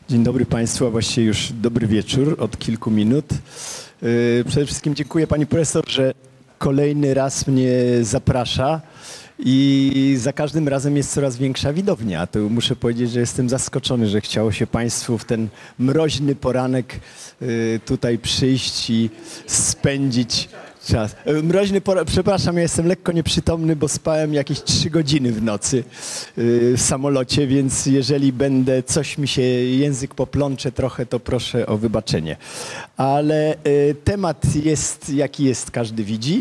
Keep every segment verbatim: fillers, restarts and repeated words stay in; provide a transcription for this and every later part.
Dzień dobry Państwu, a właściwie już dobry wieczór od kilku minut. Przede wszystkim dziękuję Pani Profesor, że kolejny raz mnie zaprasza i za każdym razem jest coraz większa widownia. To muszę powiedzieć, że jestem zaskoczony, że chciało się Państwu w ten mroźny poranek tutaj przyjść i spędzić czas. Mroźny poranek, przepraszam, ja jestem lekko nieprzytomny, bo spałem jakieś trzy godziny w nocy w samolocie, więc jeżeli będę, coś mi się język poplącze trochę, to proszę o wybaczenie. Ale temat jest, jaki jest, każdy widzi.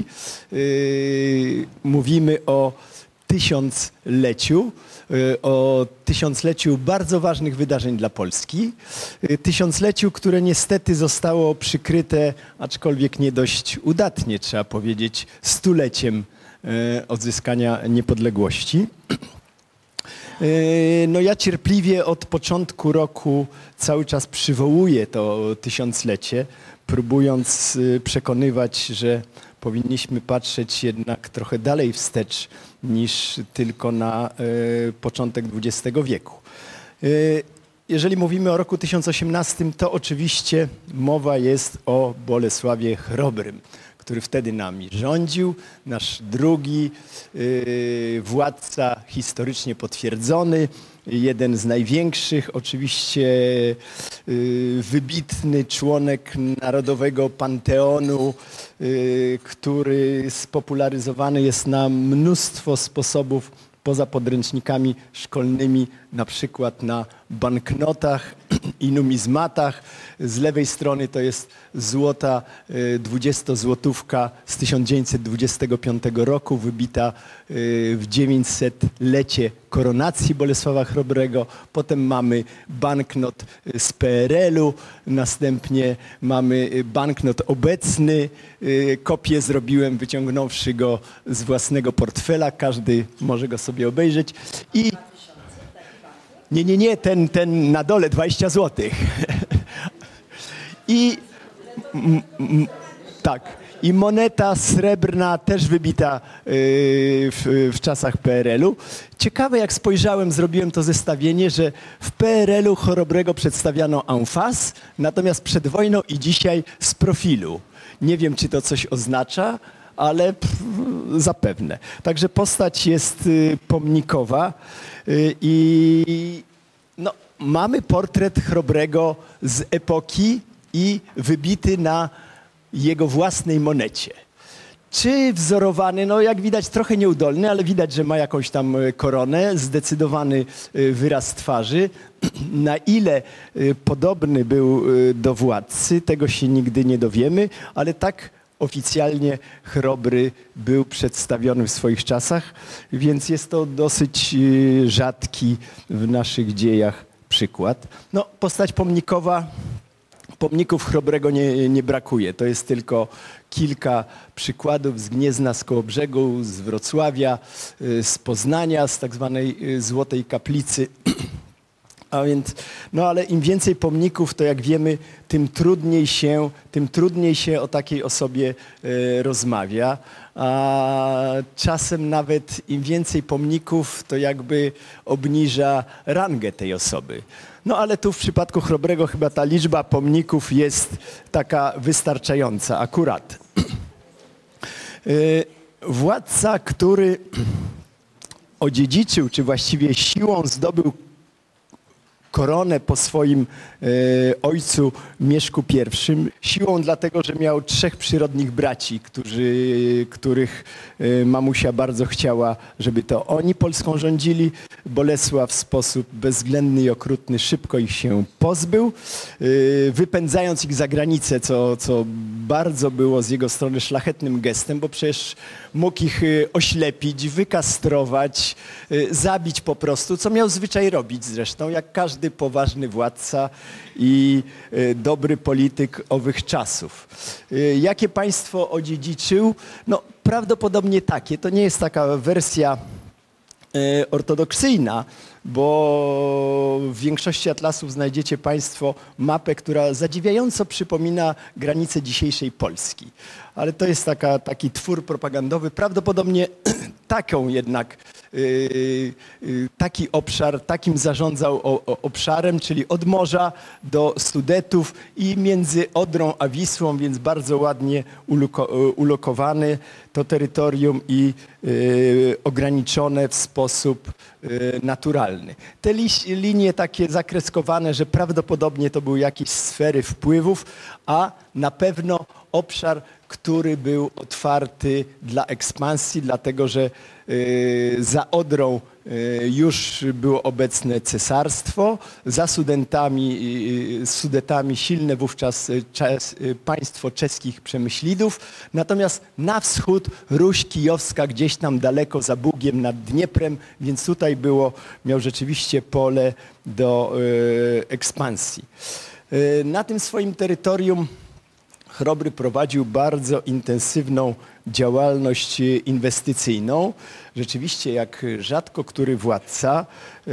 Mówimy o tysiącleciu, o tysiącleciu bardzo ważnych wydarzeń dla Polski. Tysiącleciu, które niestety zostało przykryte, aczkolwiek nie dość udatnie, trzeba powiedzieć, stuleciem odzyskania niepodległości. No ja cierpliwie od początku roku cały czas przywołuję to tysiąclecie, próbując przekonywać, że powinniśmy patrzeć jednak trochę dalej wstecz niż tylko na y, początek dwudziestego wieku. Y, jeżeli mówimy o roku tysiąc osiemnastym, to oczywiście mowa jest o Bolesławie Chrobrym, który wtedy nami rządził, nasz drugi y, władca historycznie potwierdzony, jeden z największych, oczywiście y, wybitny członek Narodowego Panteonu, y, który spopularyzowany jest na mnóstwo sposobów poza podręcznikami szkolnymi, na przykład na banknotach i numizmatach. Z lewej strony to jest złota dwudziestozłotówka z tysiąc dziewięćset dwudziestego piątego roku, wybita w dziewięćsetlecie koronacji Bolesława Chrobrego. Potem mamy banknot z P R L u, następnie mamy banknot obecny. Kopię zrobiłem, wyciągnąwszy go z własnego portfela. Każdy może go sobie obejrzeć. I nie, nie, nie, ten, ten na dole dwadzieścia złotych. I m, m, tak, i moneta srebrna też wybita yy, w, w czasach P R L u. Ciekawe, jak spojrzałem, zrobiłem to zestawienie, że w P R L u Chrobrego przedstawiano en face, natomiast przed wojną i dzisiaj z profilu. Nie wiem, czy to coś oznacza, ale pff, zapewne. Także postać jest y, pomnikowa y, i no, mamy portret Chrobrego z epoki i wybity na jego własnej monecie. Czy wzorowany, no jak widać trochę nieudolny, ale widać, że ma jakąś tam koronę, zdecydowany wyraz twarzy. Na ile podobny był do władcy, tego się nigdy nie dowiemy, ale tak oficjalnie Chrobry był przedstawiony w swoich czasach, więc jest to dosyć rzadki w naszych dziejach przykład. No, postać pomnikowa, pomników Chrobrego nie, nie brakuje. To jest tylko kilka przykładów z Gniezna, z Kołobrzegu, z Wrocławia, z Poznania, z tak zwanej Złotej Kaplicy. A więc, no ale im więcej pomników, to jak wiemy, tym trudniej się, tym trudniej się o takiej osobie e, rozmawia. A czasem nawet im więcej pomników, to jakby obniża rangę tej osoby. No ale tu w przypadku Chrobrego chyba ta liczba pomników jest taka wystarczająca akurat. e, władca, który odziedziczył, czy właściwie siłą zdobył koronę po swoim e, ojcu Mieszku pierwszym, siłą dlatego, że miał trzech przyrodnich braci, którzy, których e, mamusia bardzo chciała, żeby to oni Polską rządzili. Bolesław w sposób bezwzględny i okrutny szybko ich się pozbył, e, wypędzając ich za granicę, co, co bardzo było z jego strony szlachetnym gestem, bo przecież mógł ich oślepić, wykastrować, e, zabić po prostu, co miał zwyczaj robić zresztą, jak każdy poważny władca i y, dobry polityk owych czasów. Y, jakie państwo odziedziczył? No prawdopodobnie takie. To nie jest taka wersja y, ortodoksyjna, bo w większości atlasów znajdziecie Państwo mapę, która zadziwiająco przypomina granice dzisiejszej Polski. Ale to jest taka, taki twór propagandowy, prawdopodobnie taką jednak, yy, yy, taki obszar, takim zarządzał o, o, obszarem, czyli od morza do Sudetów i między Odrą a Wisłą, więc bardzo ładnie uloko, ulokowane to terytorium i yy, ograniczone w sposób yy, naturalny. Te li, linie takie zakreskowane, że prawdopodobnie to były jakieś sfery wpływów, a na pewno obszar, który był otwarty dla ekspansji, dlatego że y, za Odrą y, już było obecne cesarstwo, za Sudetami, y, Sudetami silne wówczas czes, y, państwo czeskich przemyślidów, natomiast na wschód Ruś Kijowska gdzieś tam daleko za Bugiem nad Dnieprem, więc tutaj było, miał rzeczywiście pole do y, ekspansji. Y, na tym swoim terytorium Chrobry prowadził bardzo intensywną działalność inwestycyjną. Rzeczywiście, jak rzadko który władca, yy,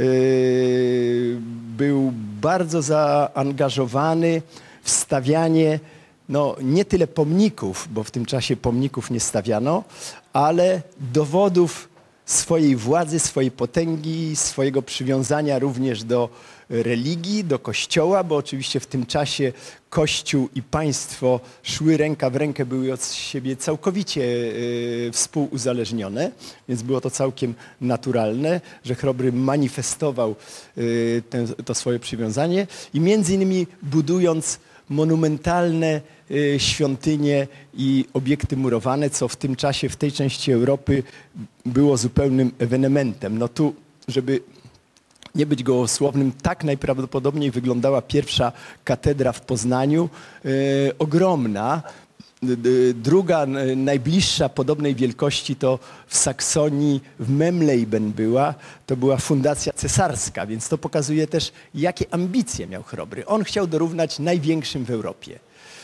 był bardzo zaangażowany w stawianie no, nie tyle pomników, bo w tym czasie pomników nie stawiano, ale dowodów swojej władzy, swojej potęgi, swojego przywiązania również do religii, do Kościoła, bo oczywiście w tym czasie Kościół i państwo szły ręka w rękę, były od siebie całkowicie y, współuzależnione, więc było to całkiem naturalne, że Chrobry manifestował y, ten, to swoje przywiązanie i między innymi budując monumentalne y, świątynie i obiekty murowane, co w tym czasie w tej części Europy było zupełnym ewenementem. No tu, żeby nie być gołosłownym, tak najprawdopodobniej wyglądała pierwsza katedra w Poznaniu, e, ogromna. Druga, najbliższa podobnej wielkości to w Saksonii, w Memleben była, to była fundacja cesarska, więc to pokazuje też, jakie ambicje miał Chrobry. On chciał dorównać największym w Europie.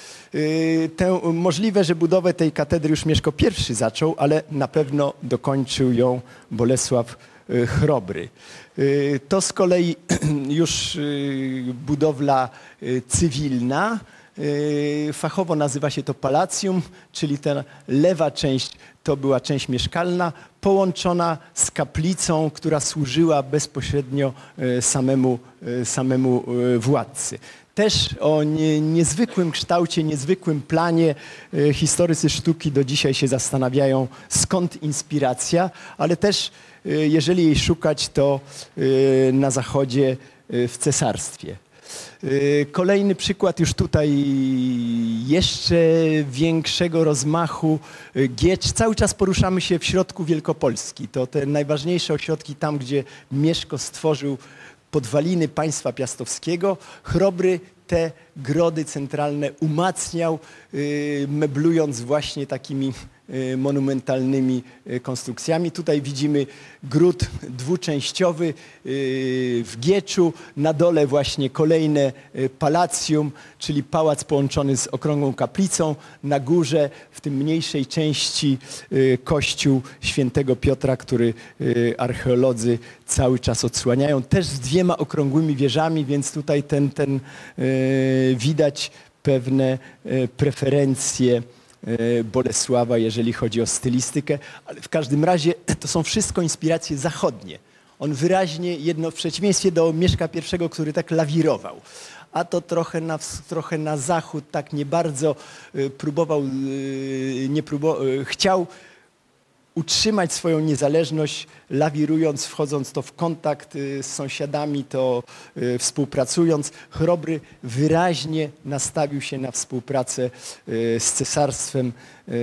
Tę, możliwe, że budowę tej katedry już Mieszko I zaczął, ale na pewno dokończył ją Bolesław Chrobry. To z kolei już budowla cywilna. Fachowo nazywa się to palacjum, czyli ta lewa część to była część mieszkalna, połączona z kaplicą, która służyła bezpośrednio samemu, samemu władcy. Też o nie, niezwykłym kształcie, niezwykłym planie historycy sztuki do dzisiaj się zastanawiają, skąd inspiracja, ale też jeżeli jej szukać, to na zachodzie w cesarstwie. Kolejny przykład już tutaj jeszcze większego rozmachu. Giecz. Cały czas poruszamy się w środku Wielkopolski. To te najważniejsze ośrodki tam, gdzie Mieszko stworzył podwaliny państwa piastowskiego. Chrobry te grody centralne umacniał, meblując właśnie takimi monumentalnymi konstrukcjami. Tutaj widzimy gród dwuczęściowy w Gieczu, na dole właśnie kolejne palacjum, czyli pałac połączony z okrągłą kaplicą, na górze w tym mniejszej części kościół świętego Piotra, który archeolodzy cały czas odsłaniają, też z dwiema okrągłymi wieżami, więc tutaj ten, ten widać pewne preferencje Bolesława, jeżeli chodzi o stylistykę, ale w każdym razie to są wszystko inspiracje zachodnie. On wyraźnie, jedno w przeciwieństwie do Mieszka I, który tak lawirował, a to trochę na, trochę na zachód, tak nie bardzo próbował, nie próbował, chciał utrzymać swoją niezależność, lawirując, wchodząc to w kontakt z sąsiadami, to współpracując. Chrobry wyraźnie nastawił się na współpracę z cesarstwem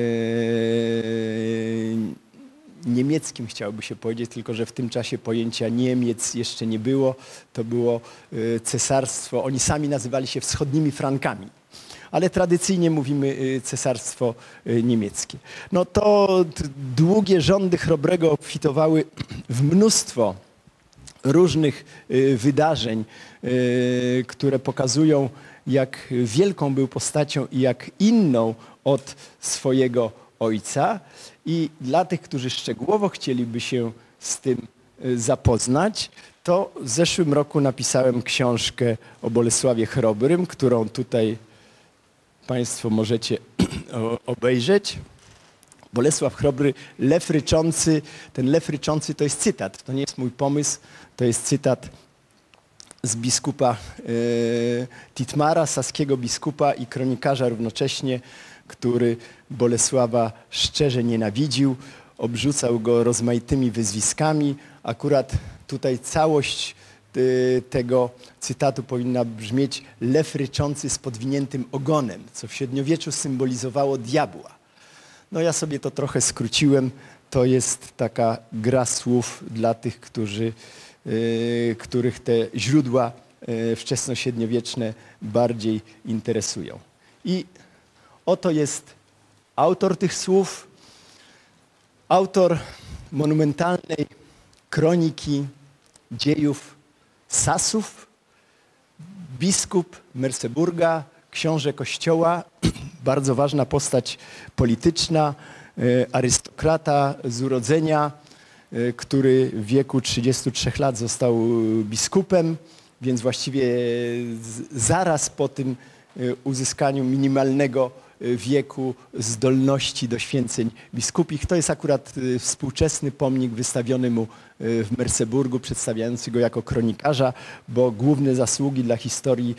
niemieckim, chciałoby się powiedzieć, tylko że w tym czasie pojęcia Niemiec jeszcze nie było. To było cesarstwo, oni sami nazywali się wschodnimi Frankami, ale tradycyjnie mówimy cesarstwo niemieckie. No to długie rządy Chrobrego obfitowały w mnóstwo różnych wydarzeń, które pokazują, jak wielką był postacią i jak inną od swojego ojca. I dla tych, którzy szczegółowo chcieliby się z tym zapoznać, to w zeszłym roku napisałem książkę o Bolesławie Chrobrym, którą tutaj Państwo możecie obejrzeć. Bolesław Chrobry, lew ryczący. Ten lew ryczący to jest cytat, to nie jest mój pomysł, to jest cytat z biskupa e, Titmara, saskiego biskupa i kronikarza równocześnie, który Bolesława szczerze nienawidził, obrzucał go rozmaitymi wyzwiskami. Akurat tutaj całość e, tego cytatu powinna brzmieć: lew ryczący z podwiniętym ogonem, co w średniowieczu symbolizowało diabła. No ja sobie to trochę skróciłem. To jest taka gra słów dla tych, którzy, yy, których te źródła yy, wczesnośredniowieczne bardziej interesują. I oto jest autor tych słów, autor monumentalnej kroniki dziejów Sasów, biskup Merseburga, książę Kościoła, bardzo ważna postać polityczna, arystokrata z urodzenia, który w wieku trzydziestu trzech lat został biskupem, więc właściwie zaraz po tym uzyskaniu minimalnego wieku zdolności do święceń biskupich. To jest akurat współczesny pomnik wystawiony mu w Merseburgu, przedstawiający go jako kronikarza, bo główne zasługi dla historii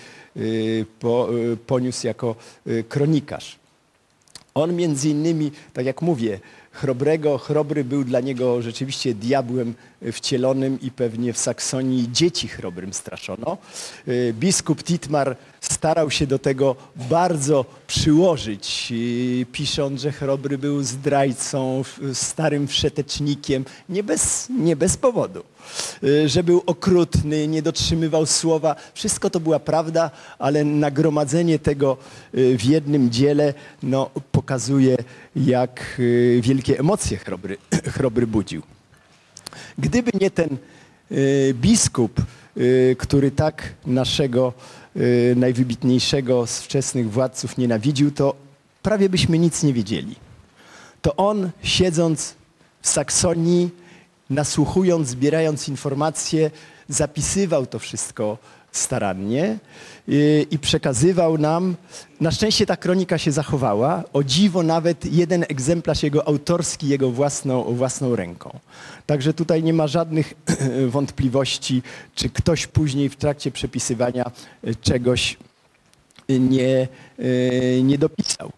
poniósł jako kronikarz. On między innymi, tak jak mówię, Chrobrego, Chrobry był dla niego rzeczywiście diabłem wcielonym i pewnie w Saksonii dzieci Chrobrym straszono. Biskup Titmar starał się do tego bardzo przyłożyć, pisząc, że Chrobry był zdrajcą, starym wszetecznikiem, nie bez, nie bez powodu. Że był okrutny, nie dotrzymywał słowa. Wszystko to była prawda, ale nagromadzenie tego w jednym dziele no, pokazuje, jak wielkie emocje Chrobry, Chrobry budził. Gdyby nie ten biskup, który tak naszego najwybitniejszego z wczesnych władców nienawidził, to prawie byśmy nic nie wiedzieli. To on, siedząc w Saksonii, nasłuchując, zbierając informacje, zapisywał to wszystko starannie i, i przekazywał nam. Na szczęście ta kronika się zachowała. O dziwo nawet jeden egzemplarz jego autorski, jego własną, własną ręką. Także tutaj nie ma żadnych wątpliwości, czy ktoś później w trakcie przepisywania czegoś nie, nie dopisał.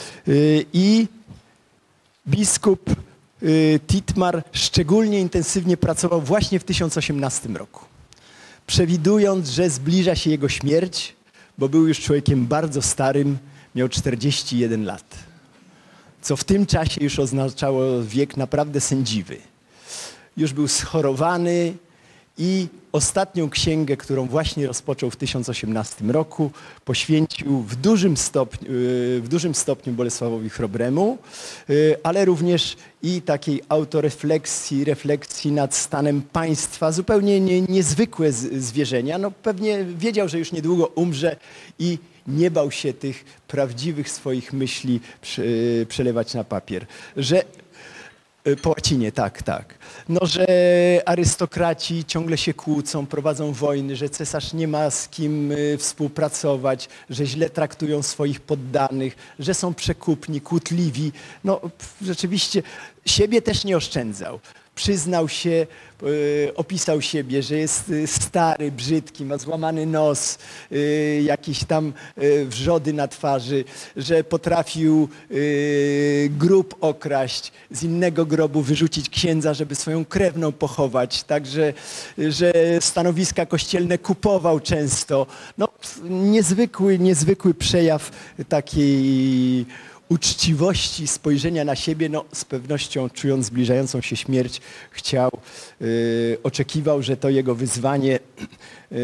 I biskup Titmar szczególnie intensywnie pracował właśnie w tysiąc osiemnastym roku. Przewidując, że zbliża się jego śmierć, bo był już człowiekiem bardzo starym, miał czterdzieści jeden lat. Co w tym czasie już oznaczało wiek naprawdę sędziwy. Już był schorowany i ostatnią księgę, którą właśnie rozpoczął w tysiąc osiemnastym roku, poświęcił w dużym stopniu, w dużym stopniu Bolesławowi Chrobremu, ale również i takiej autorefleksji, refleksji nad stanem państwa, zupełnie nie, niezwykłe zwierzenia. No pewnie wiedział, że już niedługo umrze i nie bał się tych prawdziwych swoich myśli przelewać na papier. Że po łacinie, tak, tak. No, że arystokraci ciągle się kłócą, prowadzą wojny, że cesarz nie ma z kim współpracować, że źle traktują swoich poddanych, że są przekupni, kłótliwi. No, rzeczywiście siebie też nie oszczędzał. Przyznał się, y, opisał siebie, że jest stary, brzydki, ma złamany nos, y, jakieś tam y, wrzody na twarzy, że potrafił y, grób okraść, z innego grobu wyrzucić księdza, żeby swoją krewną pochować, także, że stanowiska kościelne kupował często. No, niezwykły, niezwykły przejaw takiej uczciwości, spojrzenia na siebie, no z pewnością czując zbliżającą się śmierć, chciał, yy, oczekiwał, że to jego wyzwanie yy,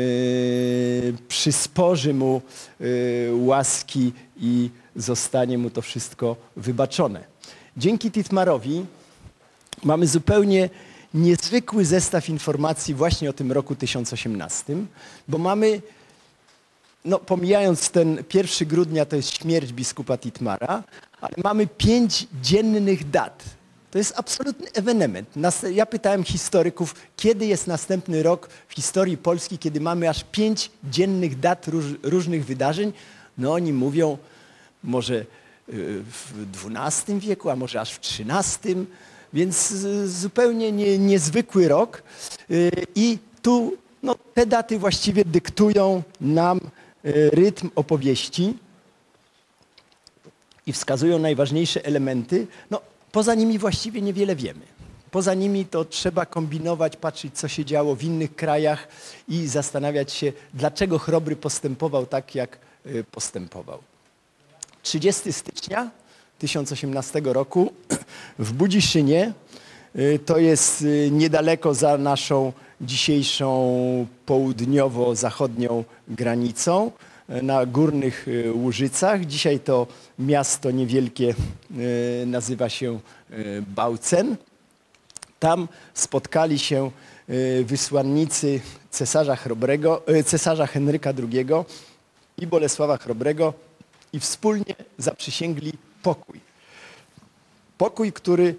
przysporzy mu yy, łaski i zostanie mu to wszystko wybaczone. Dzięki Titmarowi mamy zupełnie niezwykły zestaw informacji właśnie o tym roku tysiąc osiemnastym, bo mamy, no pomijając ten pierwszego grudnia, to jest śmierć biskupa Titmara, ale mamy pięć dziennych dat To jest absolutny ewenement. Ja pytałem historyków, kiedy jest następny rok w historii Polski, kiedy mamy aż pięć dziennych dat róż, różnych wydarzeń. No oni mówią, może w dwunastym wieku, a może aż w trzynastym, więc zupełnie nie, niezwykły rok. I tu no, te daty właściwie dyktują nam rytm opowieści i wskazują najważniejsze elementy. No, poza nimi właściwie niewiele wiemy. Poza nimi to trzeba kombinować, patrzeć, co się działo w innych krajach i zastanawiać się, dlaczego Chrobry postępował tak, jak postępował. trzydziestego stycznia tysiąc osiemnastego roku w Budziszynie, to jest niedaleko za naszą dzisiejszą południowo-zachodnią granicą, na Górnych Łużycach. Dzisiaj to miasto niewielkie nazywa się Bałcen. Tam spotkali się wysłannicy cesarza Chrobrego, cesarza Henryka drugiego i Bolesława Chrobrego i wspólnie zaprzysięgli pokój. Pokój, który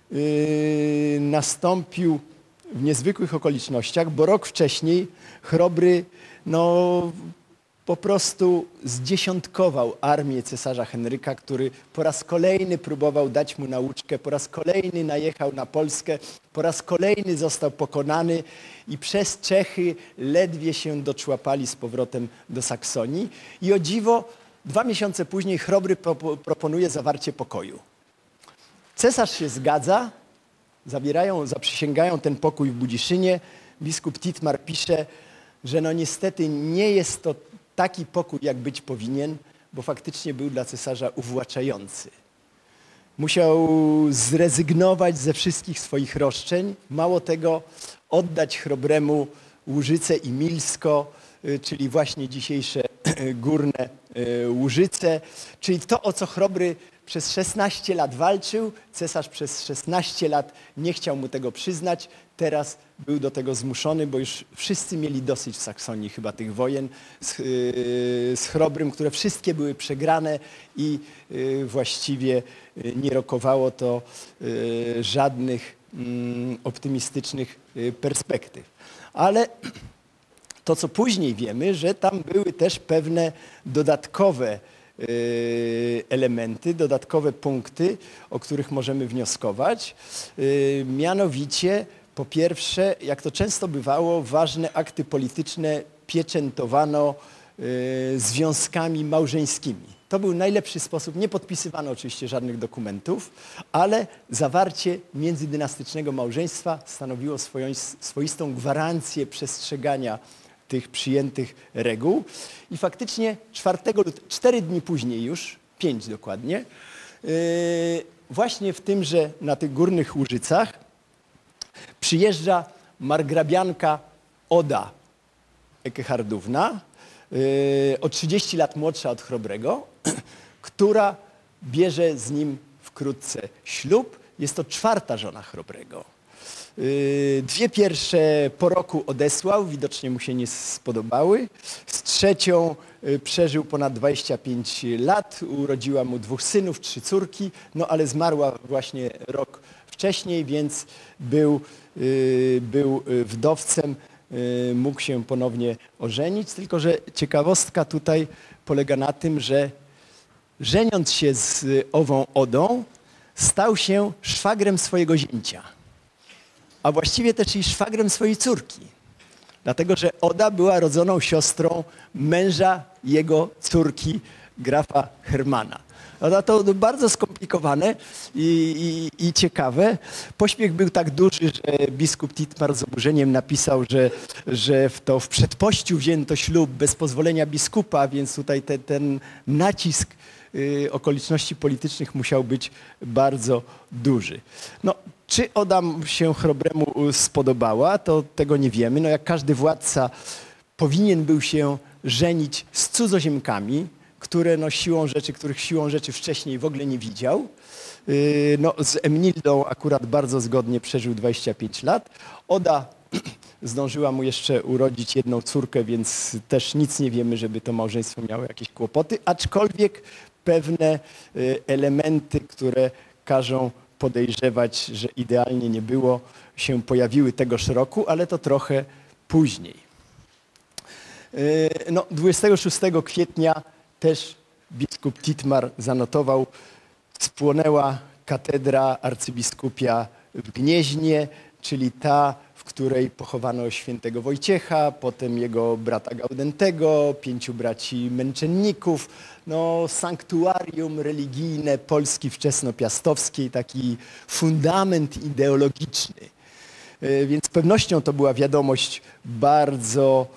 nastąpił w niezwykłych okolicznościach, bo rok wcześniej Chrobry no, po prostu zdziesiątkował armię cesarza Henryka, który po raz kolejny próbował dać mu nauczkę, po raz kolejny najechał na Polskę, po raz kolejny został pokonany i przez Czechy ledwie się doczłapali z powrotem do Saksonii. I o dziwo, dwa miesiące później Chrobry proponuje zawarcie pokoju. Cesarz się zgadza, zabierają, zaprzysięgają ten pokój w Budziszynie. Biskup Titmar pisze, że no niestety nie jest to taki pokój, jak być powinien, bo faktycznie był dla cesarza uwłaczający. Musiał zrezygnować ze wszystkich swoich roszczeń, mało tego oddać Chrobremu Łużyce i Milsko, czyli właśnie dzisiejsze Górne Łużyce, czyli to, o co Chrobry przez szesnaście lat walczył, cesarz przez szesnaście lat nie chciał mu tego przyznać, teraz był do tego zmuszony, bo już wszyscy mieli dosyć w Saksonii chyba tych wojen z, yy, z Chrobrym, które wszystkie były przegrane i yy, właściwie yy, nie rokowało to yy, żadnych yy, optymistycznych yy, perspektyw. Ale to, co później wiemy, że tam były też pewne dodatkowe elementy, dodatkowe punkty, o których możemy wnioskować. Mianowicie, po pierwsze, jak to często bywało, ważne akty polityczne pieczętowano związkami małżeńskimi. To był najlepszy sposób. Nie podpisywano oczywiście żadnych dokumentów, ale zawarcie międzydynastycznego małżeństwa stanowiło swoją, swoistą gwarancję przestrzegania tych przyjętych reguł. I faktycznie czwartego lutego, cztery dni później już, pięć dokładnie, yy, właśnie w tymże na tych Górnych Łużycach przyjeżdża margrabianka Oda Ekehardówna, yy, o trzydzieści lat młodsza od Chrobrego, która bierze z nim wkrótce ślub. Jest to czwarta żona Chrobrego. Dwie pierwsze po roku odesłał, widocznie mu się nie spodobały. Z trzecią przeżył ponad dwadzieścia pięć lat, urodziła mu dwóch synów, trzy córki, no ale zmarła właśnie rok wcześniej, więc był, był wdowcem, mógł się ponownie ożenić. Tylko że ciekawostka tutaj polega na tym, że żeniąc się z ową Odą, stał się szwagrem swojego zięcia, a właściwie też i szwagrem swojej córki. Dlatego, że Oda była rodzoną siostrą męża jego córki, grafa Hermana. No to bardzo skomplikowane i, i, i ciekawe. Pośpiech był tak duży, że biskup Titmar z oburzeniem napisał, że, że w to w przedpościu wzięto ślub bez pozwolenia biskupa, więc tutaj te, ten nacisk y, okoliczności politycznych musiał być bardzo duży. No, czy Oda się Chrobremu spodobała, to tego nie wiemy. No, jak każdy władca powinien był się żenić z cudzoziemkami, które no, siłą rzeczy, których siłą rzeczy wcześniej w ogóle nie widział. Yy, no, z Emnildą akurat bardzo zgodnie przeżył dwadzieścia pięć lat. Oda zdążyła mu jeszcze urodzić jedną córkę, więc też nic nie wiemy, żeby to małżeństwo miało jakieś kłopoty, aczkolwiek pewne yy, elementy, które każą podejrzewać, że idealnie nie było, się pojawiły tegoż roku, ale to trochę później. No, dwudziestego szóstego kwietnia też biskup Titmar zanotował, spłonęła katedra arcybiskupia w Gnieźnie, czyli ta, w której pochowano świętego Wojciecha, potem jego brata Gaudentego, pięciu braci męczenników, no sanktuarium religijne Polski wczesnopiastowskiej, taki fundament ideologiczny. Więc z pewnością to była wiadomość bardzo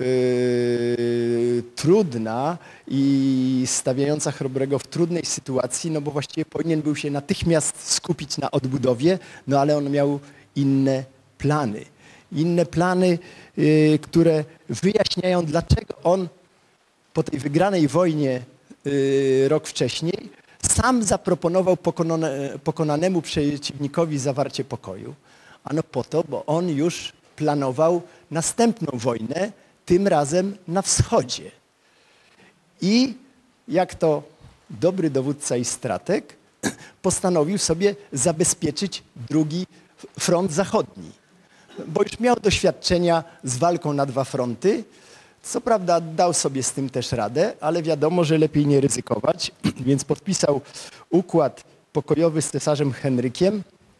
Yy, trudna i stawiająca Chrobrego w trudnej sytuacji, no bo właściwie powinien był się natychmiast skupić na odbudowie, no ale on miał inne plany. Inne plany, yy, które wyjaśniają, dlaczego on po tej wygranej wojnie yy, rok wcześniej sam zaproponował pokonane, pokonanemu przeciwnikowi zawarcie pokoju. Ano po to, bo on już planował następną wojnę, tym razem na wschodzie. I jak to dobry dowódca i strateg, postanowił sobie zabezpieczyć drugi front zachodni. Bo już miał doświadczenia z walką na dwa fronty. Co prawda dał sobie z tym też radę, ale wiadomo, że lepiej nie ryzykować, więc podpisał układ pokojowy z cesarzem Henrykiem,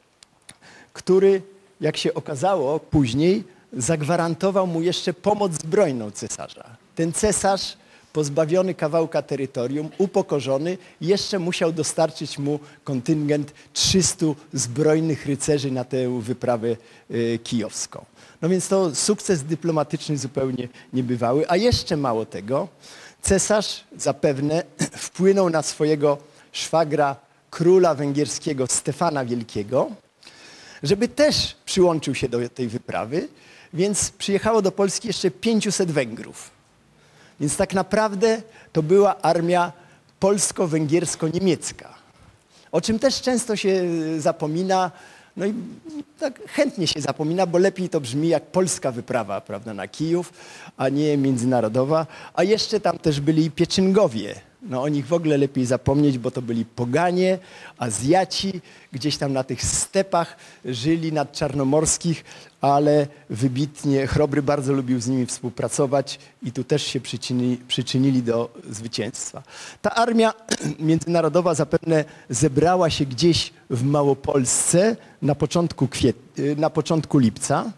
który, jak się okazało później, zagwarantował mu jeszcze pomoc zbrojną cesarza. Ten cesarz, pozbawiony kawałka terytorium, upokorzony, jeszcze musiał dostarczyć mu kontyngent trzystu zbrojnych rycerzy na tę wyprawę y, kijowską. No więc to sukces dyplomatyczny zupełnie niebywały, a jeszcze mało tego, cesarz zapewne wpłynął na swojego szwagra króla węgierskiego Stefana Wielkiego, żeby też przyłączył się do tej wyprawy, więc przyjechało do Polski jeszcze pięciuset Węgrów. Więc tak naprawdę to była armia polsko-węgiersko-niemiecka, o czym też często się zapomina, no i tak chętnie się zapomina, bo lepiej to brzmi jak polska wyprawa, prawda, na Kijów, a nie międzynarodowa. A jeszcze tam też byli Pieczyngowie. No o nich w ogóle lepiej zapomnieć, bo to byli poganie, Azjaci, gdzieś tam na tych stepach żyli nadczarnomorskich, ale wybitnie Chrobry bardzo lubił z nimi współpracować i tu też się przyczynili, przyczynili do zwycięstwa. Ta armia międzynarodowa zapewne zebrała się gdzieś w Małopolsce na początku, kwiet- na początku lipca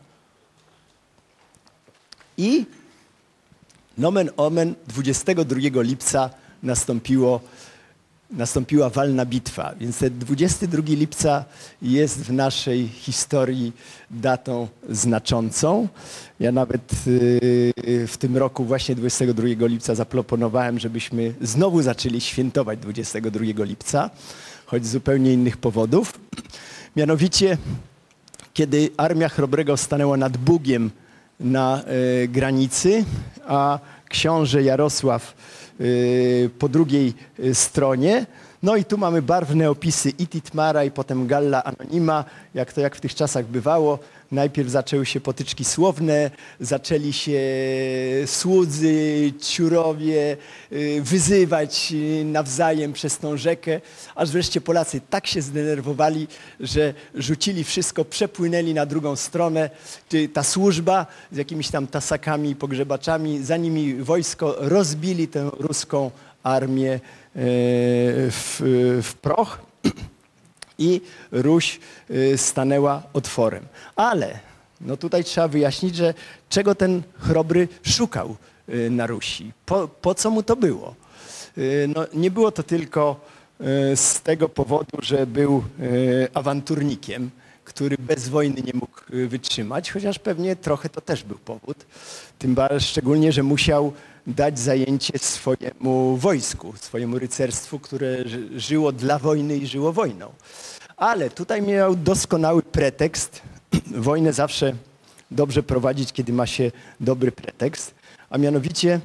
i nomen omen dwudziestego drugiego lipca nastąpiło, nastąpiła walna bitwa. Więc ten dwudziestego drugiego lipca jest w naszej historii datą znaczącą. Ja nawet yy, w tym roku właśnie dwudziestego drugiego lipca zaproponowałem, żebyśmy znowu zaczęli świętować dwudziestego drugiego lipca, choć z zupełnie innych powodów. Mianowicie, kiedy armia Chrobrego stanęła nad Bugiem na y, granicy, a książę Jarosław y, po drugiej y, stronie. No i tu mamy barwne opisy i Titmara, i potem Galla Anonima, jak to jak w tych czasach bywało. Najpierw zaczęły się potyczki słowne, zaczęli się słudzy, ciurowie y, wyzywać nawzajem przez tą rzekę, aż wreszcie Polacy tak się zdenerwowali, że rzucili wszystko, przepłynęli na drugą stronę. Ta służba z jakimiś tam tasakami, pogrzebaczami, za nimi wojsko, rozbili tę ruską armię y, w, w proch. I Ruś y, stanęła otworem. Ale no tutaj trzeba wyjaśnić, że czego ten Chrobry szukał y, na Rusi. Po, po co mu to było? Y, no, nie było to tylko y, z tego powodu, że był y, awanturnikiem, który bez wojny nie mógł y, wytrzymać, chociaż pewnie trochę to też był powód. Tym bardziej szczególnie, że musiał dać zajęcie swojemu wojsku, swojemu rycerstwu, które żyło dla wojny i żyło wojną. Ale tutaj miał doskonały pretekst. Wojnę zawsze dobrze prowadzić, kiedy ma się dobry pretekst. A mianowicie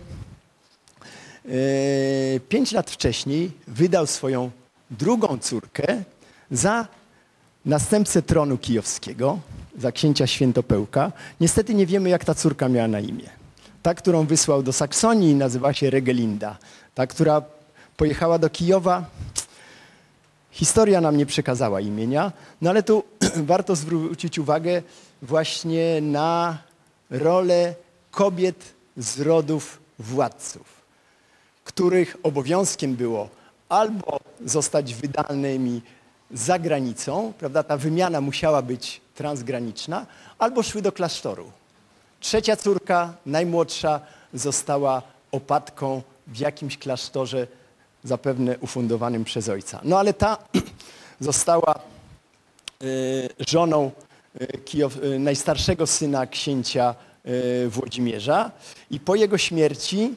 e, pięć lat wcześniej wydał swoją drugą córkę za następcę tronu kijowskiego, za księcia Świętopełka. Niestety nie wiemy, jak ta córka miała na imię. Ta, którą wysłał do Saksonii, nazywa się Regelinda. Ta, która pojechała do Kijowa, Historia nam nie przekazała imienia, no ale tu warto zwrócić uwagę właśnie na rolę kobiet z rodów władców, których obowiązkiem było albo zostać wydanymi za granicą, prawda, ta wymiana musiała być transgraniczna, albo szły do klasztoru. Trzecia córka, najmłodsza, została opatką w jakimś klasztorze, zapewne ufundowanym przez ojca. No ale ta została y, żoną y, Kijow, y, najstarszego syna księcia y, Włodzimierza i po jego śmierci y,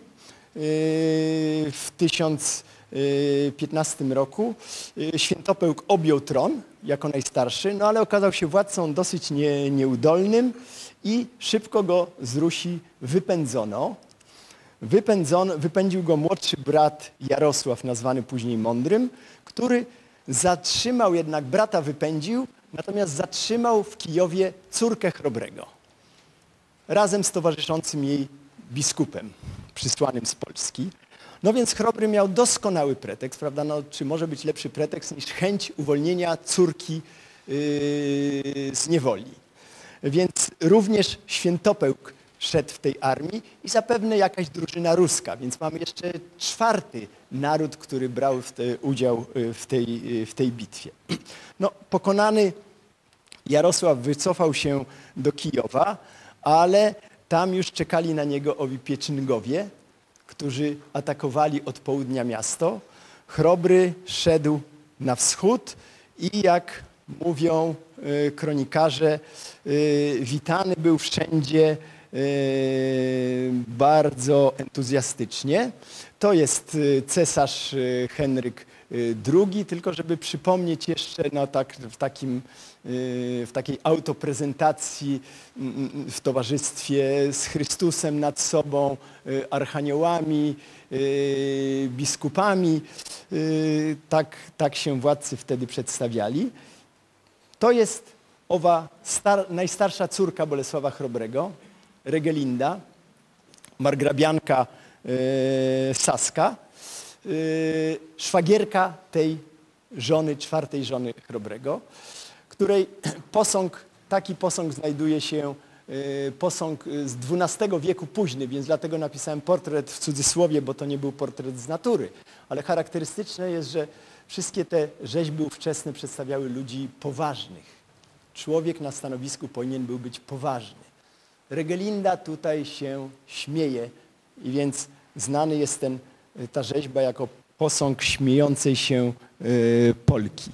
w tysiąc piętnastym roku y, Świętopełk objął tron jako najstarszy, no ale okazał się władcą dosyć nie, nieudolnym i szybko go z Rusi wypędzono. Wypędzono, wypędził go młodszy brat Jarosław, nazwany później Mądrym, który zatrzymał jednak, brata wypędził, natomiast zatrzymał w Kijowie córkę Chrobrego, razem z towarzyszącym jej biskupem przysłanym z Polski. No więc Chrobry miał doskonały pretekst, prawda? No, czy może być lepszy pretekst niż chęć uwolnienia córki yy, z niewoli. Więc również Świętopełk szedł w tej armii i zapewne jakaś drużyna ruska, więc mamy jeszcze czwarty naród, który brał w te, udział w tej, w tej bitwie. No, pokonany Jarosław wycofał się do Kijowa, ale tam już czekali na niego owi Pieczyngowie, którzy atakowali od południa miasto. Chrobry szedł na wschód i jak mówią y, kronikarze, y, witany był wszędzie y, bardzo entuzjastycznie. To jest y, cesarz y, Henryk drugi, tylko żeby przypomnieć jeszcze no, tak, w, takim, w takiej autoprezentacji w towarzystwie z Chrystusem nad sobą, archaniołami, biskupami. Tak, tak się władcy wtedy przedstawiali. To jest owa star, najstarsza córka Bolesława Chrobrego, Regelinda, margrabianka saska, szwagierka tej żony, czwartej żony Chrobrego, której posąg, taki posąg znajduje się, posąg z dwunastego wieku późny, więc dlatego napisałem portret w cudzysłowie, bo to nie był portret z natury. Ale charakterystyczne jest, że wszystkie te rzeźby ówczesne przedstawiały ludzi poważnych. Człowiek na stanowisku powinien był być poważny. Regelinda tutaj się śmieje i więc znany jest ten ta rzeźba jako posąg śmiejącej się y, Polki.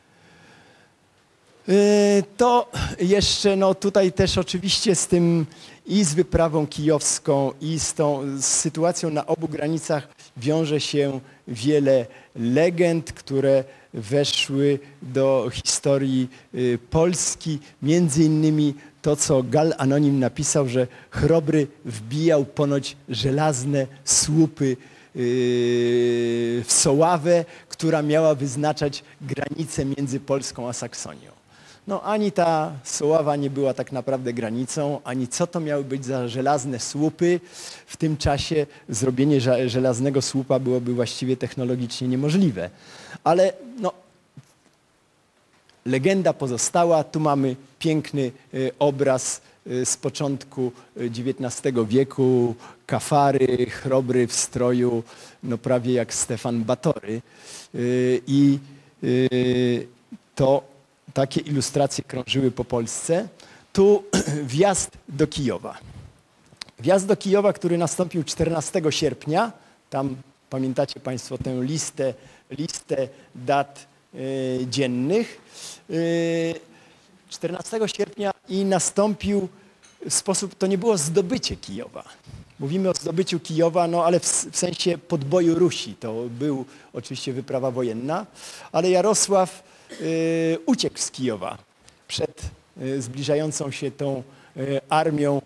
Y, to jeszcze no, tutaj też oczywiście z tym i z wyprawą kijowską i z tą z sytuacją na obu granicach wiąże się wiele legend, które weszły do historii y, Polski. Między innymi to, co Gal Anonim napisał, że Chrobry wbijał ponoć żelazne słupy w Soławę, która miała wyznaczać granicę między Polską a Saksonią. No ani ta Soława nie była tak naprawdę granicą, ani co to miały być za żelazne słupy. W tym czasie zrobienie żelaznego słupa byłoby właściwie technologicznie niemożliwe. Ale no, legenda pozostała. Tu mamy piękny obraz z początku dziewiętnastego wieku, Kafary, Chrobry w stroju, no prawie jak Stefan Batory. I to takie ilustracje krążyły po Polsce. Tu wjazd do Kijowa. Wjazd do Kijowa, który nastąpił czternastego sierpnia. Tam pamiętacie Państwo tę listę, listę dat dziennych. czternastego sierpnia i nastąpił w sposób, to nie było zdobycie Kijowa. Mówimy o zdobyciu Kijowa, no ale w, w sensie podboju Rusi. To był oczywiście wyprawa wojenna, ale Jarosław y, uciekł z Kijowa przed y, zbliżającą się tą y, armią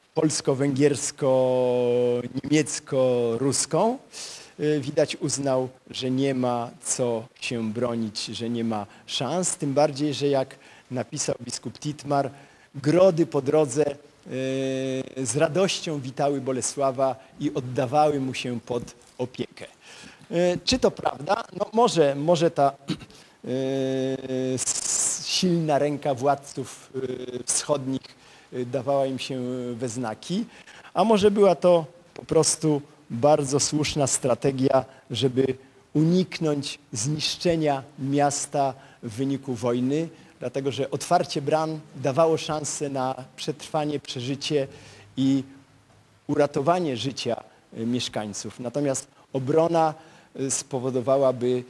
polsko-węgiersko-niemiecko-ruską. Y, widać uznał, że nie ma co się bronić, że nie ma szans, tym bardziej, że jak napisał biskup Titmar, grody po drodze z radością witały Bolesława i oddawały mu się pod opiekę. Czy to prawda? No może, może ta silna ręka władców wschodnich dawała im się we znaki, a może była to po prostu bardzo słuszna strategia, żeby uniknąć zniszczenia miasta w wyniku wojny, dlatego że otwarcie bram dawało szansę na przetrwanie, przeżycie i uratowanie życia mieszkańców. Natomiast obrona spowodowałaby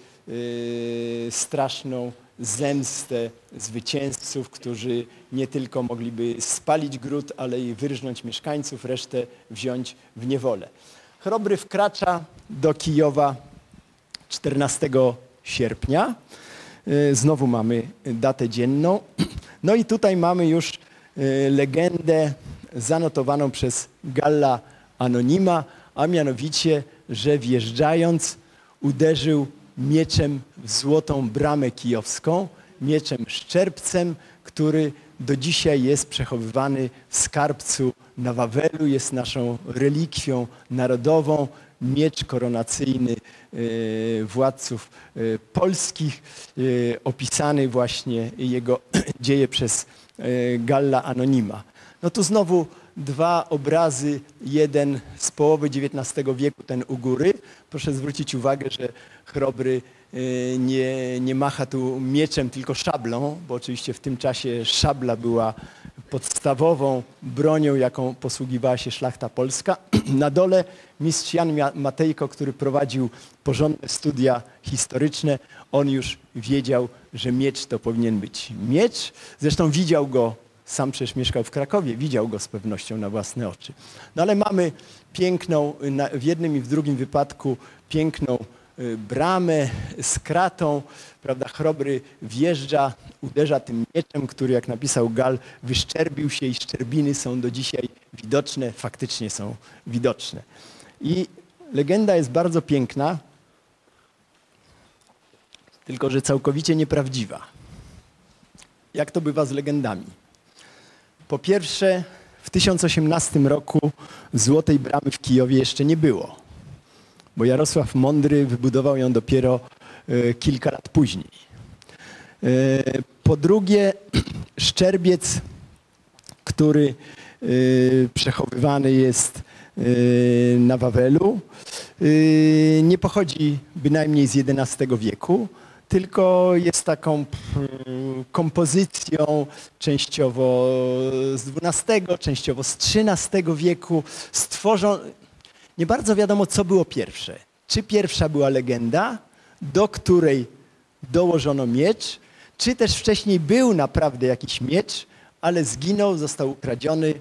straszną zemstę zwycięzców, którzy nie tylko mogliby spalić gród, ale i wyrżnąć mieszkańców, resztę wziąć w niewolę. Chrobry wkracza do Kijowa czternastego sierpnia. Znowu mamy datę dzienną. No i tutaj mamy już legendę zanotowaną przez Galla Anonima, a mianowicie, że wjeżdżając uderzył mieczem w złotą bramę kijowską, mieczem szczerbcem, który do dzisiaj jest przechowywany w skarbcu na Wawelu, jest naszą relikwią narodową, miecz koronacyjny y, władców y, polskich, y, opisany właśnie jego dzieje przez y, Galla Anonima. No tu znowu dwa obrazy, jeden z połowy dziewiętnastego wieku, ten u góry. Proszę zwrócić uwagę, że Chrobry nie, nie macha tu mieczem, tylko szablą, bo oczywiście w tym czasie szabla była podstawową bronią, jaką posługiwała się szlachta polska. Na dole mistrz Jan Matejko, który prowadził porządne studia historyczne, on już wiedział, że miecz to powinien być miecz. Zresztą widział go, sam przecież mieszkał w Krakowie, widział go z pewnością na własne oczy. No ale mamy piękną, w jednym i w drugim wypadku piękną bramę z kratą, prawda, Chrobry wjeżdża, uderza tym mieczem, który, jak napisał Gall, wyszczerbił się i szczerbiny są do dzisiaj widoczne, faktycznie są widoczne. I legenda jest bardzo piękna, tylko że całkowicie nieprawdziwa. Jak to bywa z legendami? Po pierwsze, w tysiąc osiemnastym roku Złotej Bramy w Kijowie jeszcze nie było, bo Jarosław Mądry wybudował ją dopiero e, kilka lat później. E, po drugie, szczerbiec, który e, przechowywany jest e, na Wawelu, e, nie pochodzi bynajmniej z jedenastego wieku, tylko jest taką kompozycją częściowo z dwunastego, częściowo z trzynastego wieku, stworzoną. Nie bardzo wiadomo, co było pierwsze. Czy pierwsza była legenda, do której dołożono miecz, czy też wcześniej był naprawdę jakiś miecz, ale zginął, został ukradziony,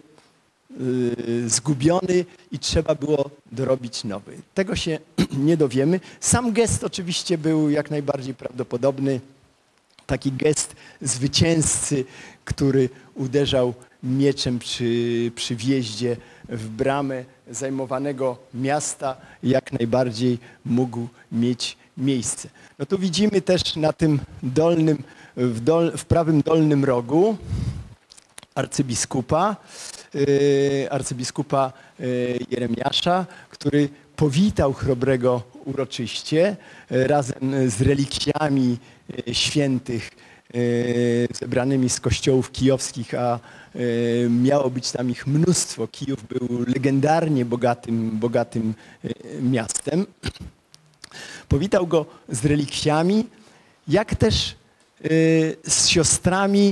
yy, zgubiony i trzeba było dorobić nowy. Tego się nie dowiemy. Sam gest oczywiście był jak najbardziej prawdopodobny. Taki gest zwycięzcy, który uderzał mieczem przy, przy wjeździe w bramę zajmowanego miasta, jak najbardziej mógł mieć miejsce. No tu widzimy też na tym dolnym, w, dol, w prawym dolnym rogu arcybiskupa, yy, arcybiskupa yy, Jeremiasza, który powitał Chrobrego uroczyście yy, razem z relikwiami yy, świętych yy, zebranymi z kościołów kijowskich, a yy, miało być tam ich mnóstwo. Kijów był legendarnie bogatym, bogatym yy, miastem. Powitał go z relikwiami, jak też yy, z siostrami,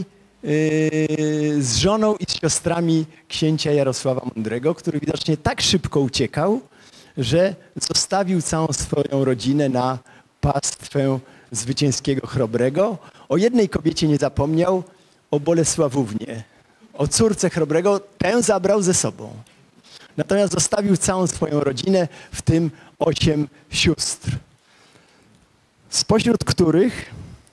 yy, z żoną i z siostrami księcia Jarosława Mądrego, który widocznie tak szybko uciekał, że zostawił całą swoją rodzinę na pastwę zwycięskiego Chrobrego. O jednej kobiecie nie zapomniał, o Bolesławównie, o córce Chrobrego, tę zabrał ze sobą. Natomiast zostawił całą swoją rodzinę, w tym osiem sióstr, spośród których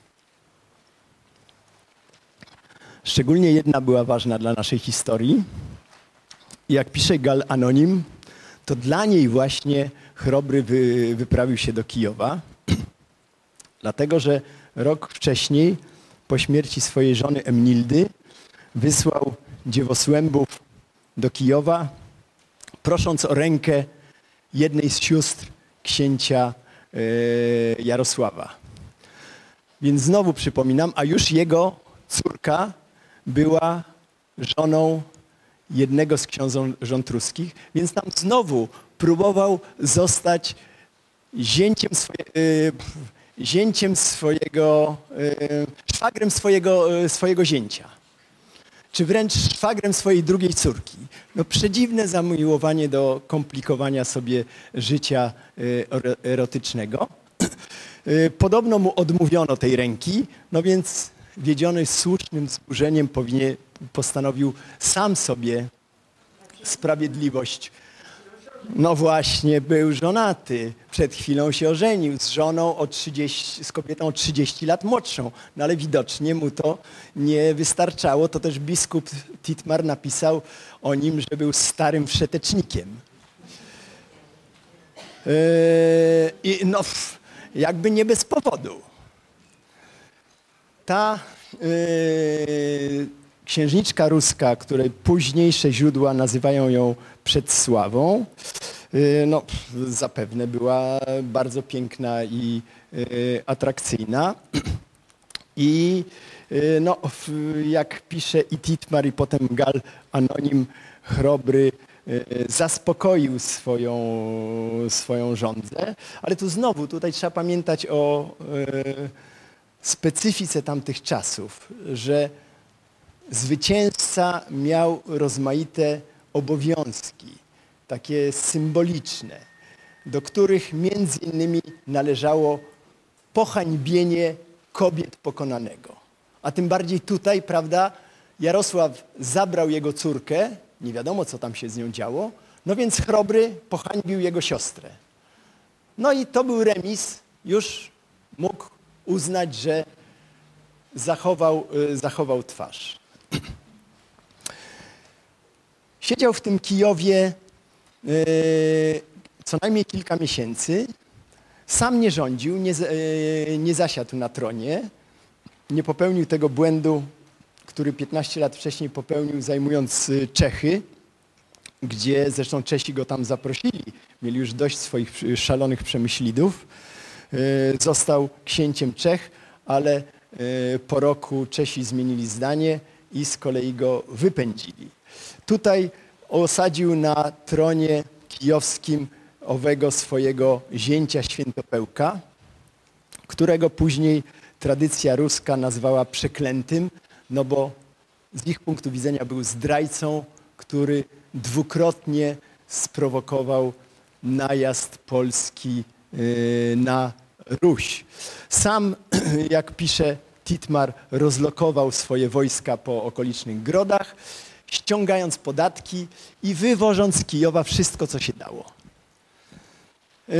szczególnie jedna była ważna dla naszej historii. I jak pisze Gall Anonim, to dla niej właśnie Chrobry wy, wyprawił się do Kijowa, dlatego że rok wcześniej, po śmierci swojej żony Emnildy, wysłał dziewosłębów do Kijowa, prosząc o rękę jednej z sióstr księcia e, Jarosława. Więc znowu przypominam, a już jego córka była żoną jednego z książąt ruskich, więc tam znowu próbował zostać zięciem, swoje, y, zięciem swojego, y, szwagrem swojego, y, swojego zięcia. Czy wręcz szwagrem swojej drugiej córki. No przedziwne zamiłowanie do komplikowania sobie życia y, erotycznego. Y, podobno mu odmówiono tej ręki, no więc wiedziony słusznym wzburzeniem powinien, postanowił sam sobie sprawiedliwość. No właśnie, był żonaty. Przed chwilą się ożenił z żoną o trzydzieści, z kobietą o trzydzieści lat młodszą. No ale widocznie mu to nie wystarczało. To też biskup Titmar napisał o nim, że był starym wszetecznikiem. Yy, I no, jakby nie bez powodu. Ta yy, księżniczka ruska, której późniejsze źródła nazywają ją Przedsławą, yy, no zapewne była bardzo piękna i yy, atrakcyjna. I yy, no, jak pisze i Titmar, i potem Gal Anonim, Chrobry yy, zaspokoił swoją, swoją żądzę. Ale tu znowu, tutaj trzeba pamiętać o yy, specyfice tamtych czasów, że zwycięzca miał rozmaite obowiązki, takie symboliczne, do których między innymi należało pohańbienie kobiet pokonanego. A tym bardziej tutaj, prawda, Jarosław zabrał jego córkę, nie wiadomo co tam się z nią działo, no więc Chrobry pohańbił jego siostrę. No i to był remis, już mógł uznać, że zachował, zachował twarz. Siedział w tym Kijowie yy, co najmniej kilka miesięcy. Sam nie rządził, nie, yy, nie zasiadł na tronie. Nie popełnił tego błędu, który piętnaście lat wcześniej popełnił, zajmując Czechy, gdzie zresztą Czesi go tam zaprosili. Mieli już dość swoich szalonych przemyślidów. Yy, został księciem Czech, ale yy, po roku Czesi zmienili zdanie i z kolei go wypędzili. Tutaj osadził na tronie kijowskim owego swojego zięcia Świętopełka, którego później tradycja ruska nazwała przeklętym, no bo z ich punktu widzenia był zdrajcą, który dwukrotnie sprowokował najazd Polski na Ruś. Sam, jak pisze Titmar, rozlokował swoje wojska po okolicznych grodach, ściągając podatki i wywożąc z Kijowa wszystko, co się dało. Yy,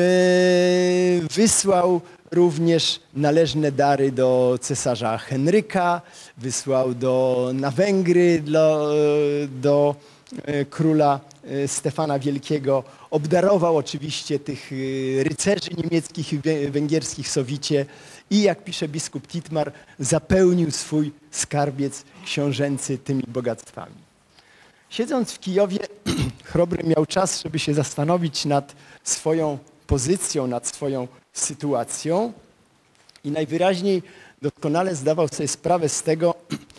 wysłał również należne dary do cesarza Henryka, wysłał do, na Węgry do, do króla Stefana Wielkiego, obdarował oczywiście tych rycerzy niemieckich i węgierskich sowicie i, jak pisze biskup Titmar, zapełnił swój skarbiec książęcy tymi bogactwami. Siedząc w Kijowie, Chrobry miał czas, żeby się zastanowić nad swoją pozycją, nad swoją sytuacją i najwyraźniej doskonale zdawał sobie sprawę z tego,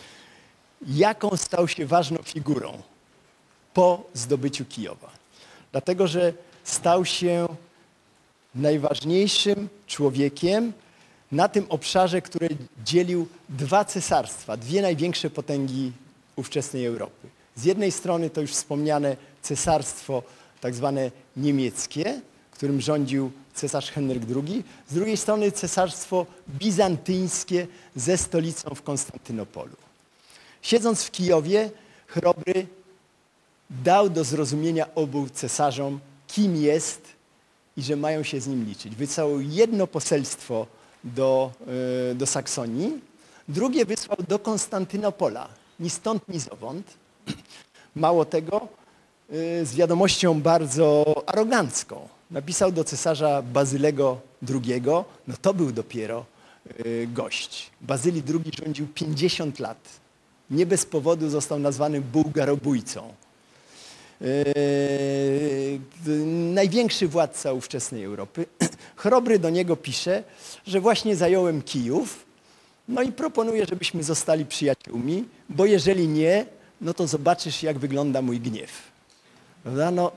jaką stał się ważną figurą po zdobyciu Kijowa. Dlatego, że stał się najważniejszym człowiekiem na tym obszarze, który dzielił dwa cesarstwa, dwie największe potęgi ówczesnej Europy. Z jednej strony to już wspomniane cesarstwo tak zwane niemieckie, którym rządził cesarz Henryk drugi, z drugiej strony cesarstwo bizantyjskie ze stolicą w Konstantynopolu. Siedząc w Kijowie, Chrobry dał do zrozumienia obu cesarzom, kim jest i że mają się z nim liczyć. Wysłał jedno poselstwo do, do Saksonii, drugie wysłał do Konstantynopola, ni stąd, ni zowąd. Mało tego, z wiadomością bardzo arogancką. Napisał do cesarza Bazylego drugiego, no to był dopiero gość. Bazyli drugi rządził pięćdziesiąt lat. Nie bez powodu został nazwany bułgarobójcą. Yy, największy władca ówczesnej Europy. Chrobry do niego pisze, że właśnie zająłem Kijów No i proponuję, żebyśmy zostali przyjaciółmi, bo jeżeli nie, no to zobaczysz, jak wygląda mój gniew. Prawda? No,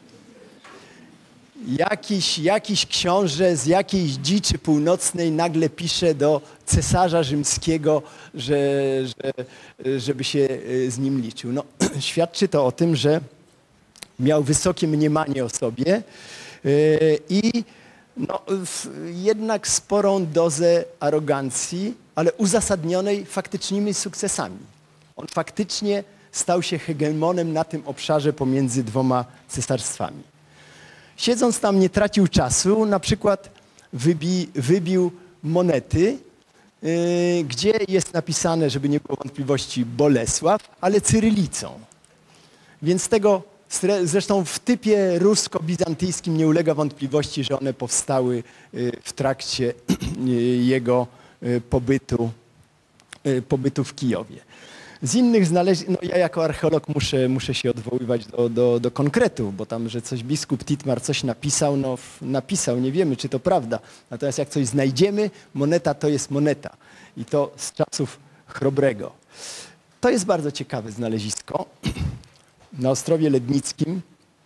jakiś, jakiś książę z jakiejś dziczy północnej nagle pisze do cesarza rzymskiego, że, że, żeby się z nim liczył. No, świadczy to o tym, że miał wysokie mniemanie o sobie i no, jednak sporą dozę arogancji, ale uzasadnionej faktycznymi sukcesami. On faktycznie stał się hegemonem na tym obszarze pomiędzy dwoma cesarstwami. Siedząc tam nie tracił czasu, na przykład wybi, wybił monety, yy, gdzie jest napisane, żeby nie było wątpliwości, Bolesław, ale cyrylicą. Więc tego, zresztą w typie rusko-bizantyjskim nie ulega wątpliwości, że one powstały yy, w trakcie yy, jego yy, pobytu, yy, pobytu w Kijowie. Z innych znaleźli, no ja jako archeolog muszę, muszę się odwoływać do, do, do konkretu, bo tam, że coś biskup Titmar coś napisał, no napisał, nie wiemy, czy to prawda. Natomiast jak coś znajdziemy, moneta to jest moneta. I to z czasów Chrobrego. To jest bardzo ciekawe znalezisko. Na Ostrowie Lednickim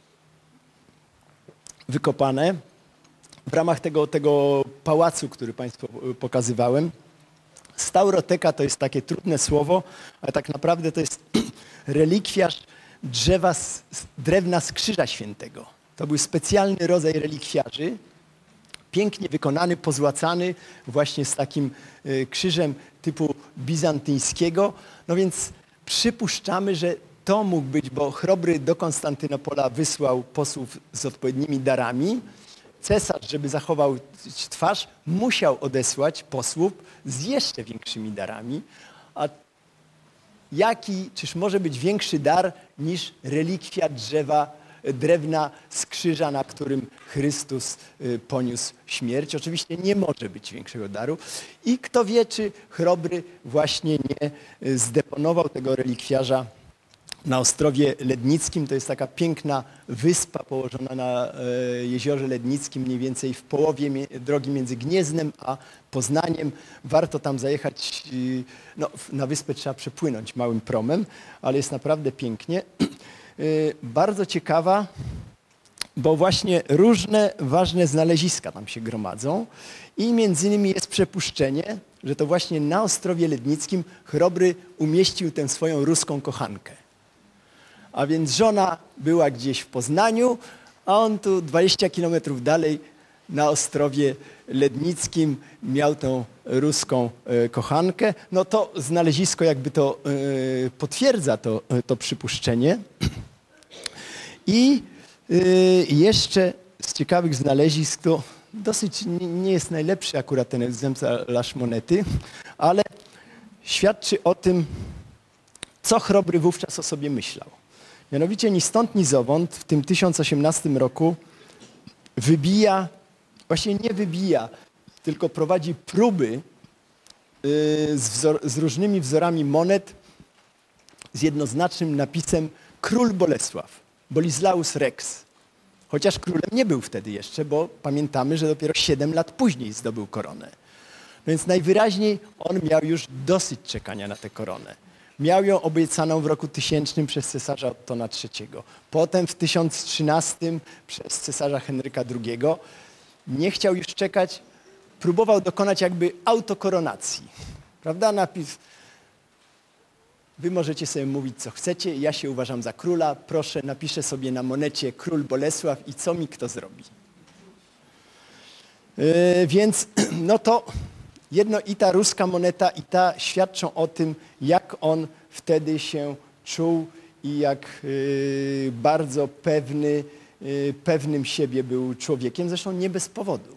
wykopane w ramach tego, tego pałacu, który Państwu pokazywałem. Stauroteka to jest takie trudne słowo, ale tak naprawdę to jest relikwiarz drzewa z, drewna z Krzyża Świętego. To był specjalny rodzaj relikwiarzy, pięknie wykonany, pozłacany właśnie z takim y, krzyżem typu bizantyjskiego. No więc przypuszczamy, że to mógł być, bo Chrobry do Konstantynopola wysłał posłów z odpowiednimi darami. Cesarz, żeby zachował twarz, musiał odesłać posłów z jeszcze większymi darami. A jaki, czyż może być większy dar niż relikwia drzewa, drewna z krzyża, na którym Chrystus poniósł śmierć? Oczywiście nie może być większego daru. I kto wie, czy Chrobry właśnie nie zdeponował tego relikwiarza na Ostrowie Lednickim. To jest taka piękna wyspa położona na jeziorze Lednickim, mniej więcej w połowie drogi między Gnieznem a Poznaniem. Warto tam zajechać, no, na wyspę trzeba przepłynąć małym promem, ale jest naprawdę pięknie. Bardzo ciekawa, bo właśnie różne ważne znaleziska tam się gromadzą i między innymi jest przypuszczenie, że to właśnie na Ostrowie Lednickim Chrobry umieścił tę swoją ruską kochankę. A więc żona była gdzieś w Poznaniu, a on tu dwadzieścia kilometrów dalej na Ostrowie Lednickim miał tą ruską e, kochankę. No to znalezisko jakby to e, potwierdza to, to przypuszczenie. I e, jeszcze z ciekawych znalezisk, to dosyć nie, nie jest najlepszy akurat ten egzemplarz monety, ale świadczy o tym, co Chrobry wówczas o sobie myślał. Mianowicie ni stąd, ni zowąd w tym tysiąc osiemnastym roku wybija, właśnie nie wybija, tylko prowadzi próby z, wzor, z różnymi wzorami monet z jednoznacznym napisem Król Bolesław, Bolislaus Rex. Chociaż królem nie był wtedy jeszcze, bo pamiętamy, że dopiero siedem lat później zdobył koronę. Więc najwyraźniej on miał już dosyć czekania na tę koronę. Miał ją obiecaną w roku tysięcznym przez cesarza Ottona trzeciego. Potem w tysiąc trzynastym przez cesarza Henryka drugiego. Nie chciał już czekać, próbował dokonać jakby autokoronacji. Prawda? Napis. Wy możecie sobie mówić, co chcecie, ja się uważam za króla, proszę, napiszę sobie na monecie Król Bolesław i co mi kto zrobi. Yy, więc no to jedno i ta ruska moneta, i ta świadczą o tym, jak on wtedy się czuł i jak yy, bardzo pewny, yy, pewnym siebie był człowiekiem, zresztą nie bez powodu.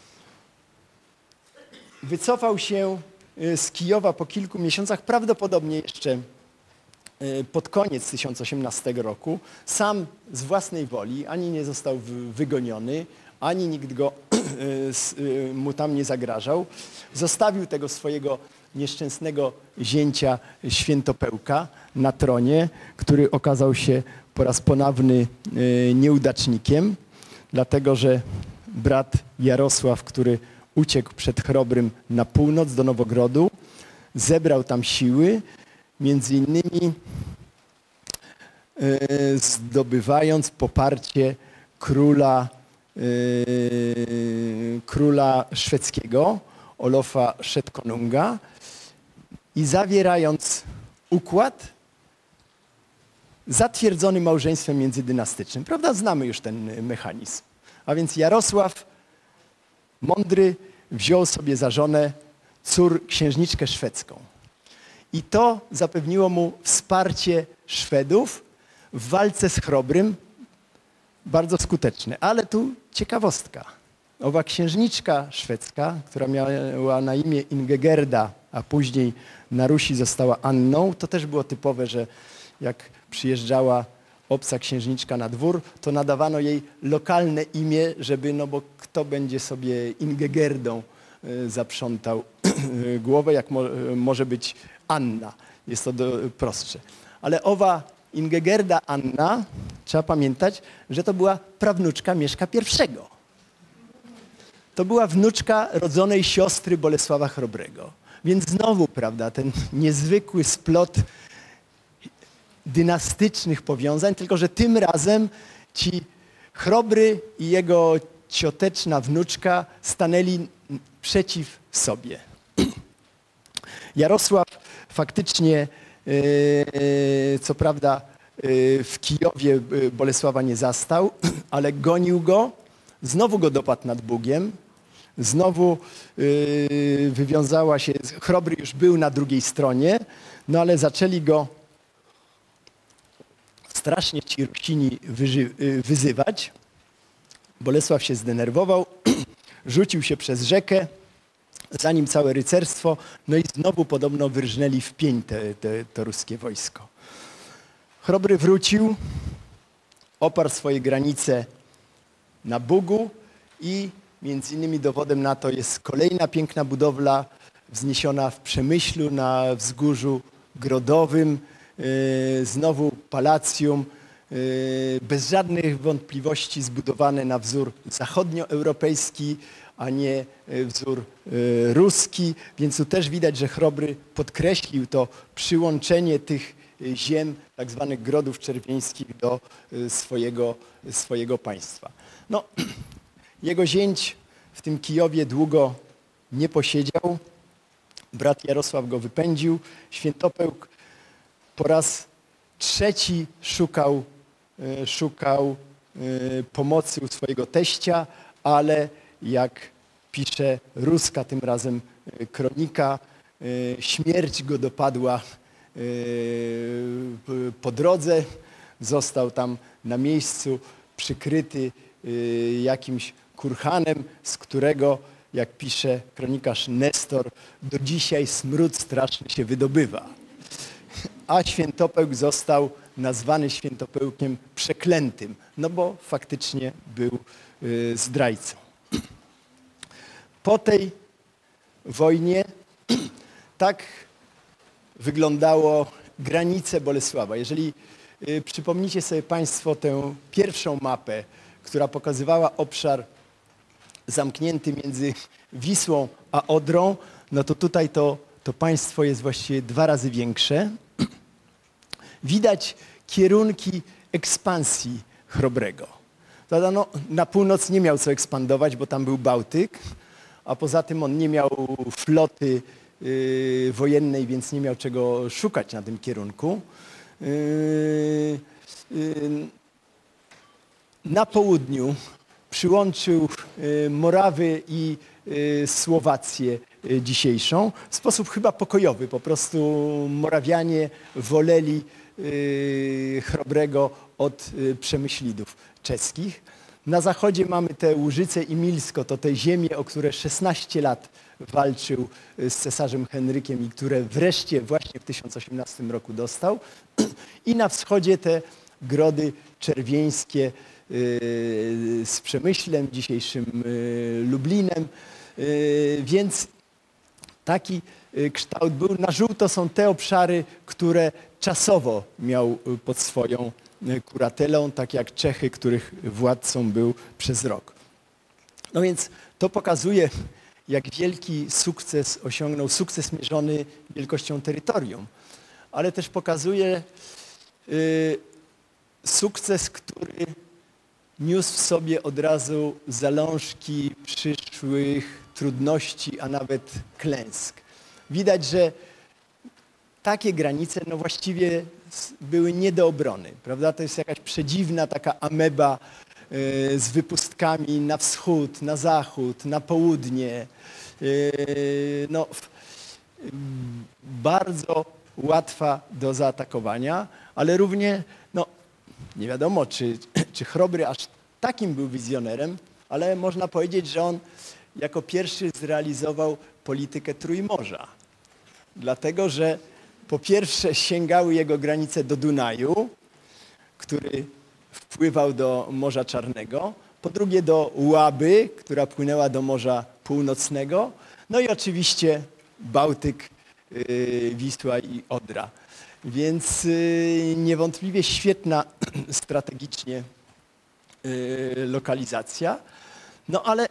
Wycofał się z Kijowa po kilku miesiącach, prawdopodobnie jeszcze yy, pod koniec tysiąc osiemnastego roku, sam z własnej woli, ani nie został wygoniony, ani nikt go, mu tam nie zagrażał. Zostawił tego swojego nieszczęsnego zięcia Świętopełka na tronie, który okazał się po raz ponowny nieudacznikiem, dlatego że brat Jarosław, który uciekł przed Chrobrym na północ do Nowogrodu, zebrał tam siły, między innymi zdobywając poparcie króla, króla szwedzkiego, Olofa Szetkonunga, i zawierając układ zatwierdzony małżeństwem międzydynastycznym. Prawda? Znamy już ten mechanizm. A więc Jarosław Mądry wziął sobie za żonę cór księżniczkę szwedzką. I to zapewniło mu wsparcie Szwedów w walce z Chrobrym, bardzo skuteczne. Ale tu ciekawostka. Owa księżniczka szwedzka, która miała na imię Ingegerda, a później na Rusi została Anną, to też było typowe, że jak przyjeżdżała obca księżniczka na dwór, to nadawano jej lokalne imię, żeby, no bo kto będzie sobie Ingegerdą y, zaprzątał głowę, jak mo, może być Anna. Jest to do, prostsze. Ale owa Ingegerda Anna, trzeba pamiętać, że to była prawnuczka Mieszka pierwszego. To była wnuczka rodzonej siostry Bolesława Chrobrego. Więc znowu, prawda, ten niezwykły splot dynastycznych powiązań, tylko że tym razem ci Chrobry i jego cioteczna wnuczka stanęli przeciw sobie. Jarosław faktycznie, co prawda, w Kijowie Bolesława nie zastał, ale gonił go, znowu go dopadł nad Bugiem, znowu wywiązała się, Chrobry już był na drugiej stronie, no ale zaczęli go strasznie ci Rusini wyzywać. Bolesław się zdenerwował, rzucił się przez rzekę, za nim całe rycerstwo, no i znowu podobno wyrżnęli w pień te, te, to ruskie wojsko. Chrobry wrócił, oparł swoje granice na Bugu i między innymi dowodem na to jest kolejna piękna budowla wzniesiona w Przemyślu na wzgórzu Grodowym, yy, znowu palacjum, yy, bez żadnych wątpliwości zbudowane na wzór zachodnioeuropejski, a nie wzór y, ruski, więc tu też widać, że Chrobry podkreślił to przyłączenie tych ziem, tak zwanych Grodów Czerwieńskich do y, swojego, swojego państwa. No, jego zięć w tym Kijowie długo nie posiedział, brat Jarosław go wypędził, Świętopełk po raz trzeci szukał, y, szukał y, pomocy u swojego teścia, ale jak pisze ruska tym razem kronika, śmierć go dopadła po drodze, został tam na miejscu przykryty jakimś kurhanem, z którego, jak pisze kronikarz Nestor, do dzisiaj smród straszny się wydobywa. A Świętopełk został nazwany Świętopełkiem przeklętym, no bo faktycznie był zdrajcą. Po tej wojnie tak wyglądało granice Bolesława. Jeżeli y, przypomnicie sobie Państwo tę pierwszą mapę, która pokazywała obszar zamknięty między Wisłą a Odrą, no to tutaj to, to państwo jest właściwie dwa razy większe. Widać kierunki ekspansji Chrobrego. Prawda? No, na północ nie miał co ekspandować, bo tam był Bałtyk, a poza tym on nie miał floty y, wojennej, więc nie miał czego szukać na tym kierunku. Y, y, na południu przyłączył y, Morawy i y, Słowację y, dzisiejszą w sposób chyba pokojowy. Po prostu Morawianie woleli y, Chrobrego od y, Przemyślidów czeskich. Na zachodzie mamy te Łużyce i Milsko, to te ziemie, o które szesnaście lat walczył z cesarzem Henrykiem i które wreszcie właśnie w tysiąc osiemnastym roku dostał. I na wschodzie te Grody Czerwieńskie yy, z Przemyślem, dzisiejszym yy, Lublinem. Yy, więc taki yy, kształt był. Na żółto są te obszary, które czasowo miał pod swoją kuratelą, tak jak Czechy, których władcą był przez rok. No więc to pokazuje, jak wielki sukces osiągnął, sukces mierzony wielkością terytorium, ale też pokazuje y, sukces, który niósł w sobie od razu zalążki przyszłych trudności, a nawet klęsk. Widać, że takie granice no właściwie były nie do obrony, prawda? To jest jakaś przedziwna taka ameba y, z wypustkami na wschód, na zachód, na południe. Y, no, y, bardzo łatwa do zaatakowania, ale równie, no nie wiadomo, czy, czy Chrobry aż takim był wizjonerem, ale można powiedzieć, że on jako pierwszy zrealizował politykę Trójmorza. Dlatego, że po pierwsze sięgały jego granice do Dunaju, który wpływał do Morza Czarnego, po drugie do Łaby, która płynęła do Morza Północnego, no i oczywiście Bałtyk, yy, Wisła i Odra. Więc yy, niewątpliwie świetna strategicznie yy, lokalizacja, no ale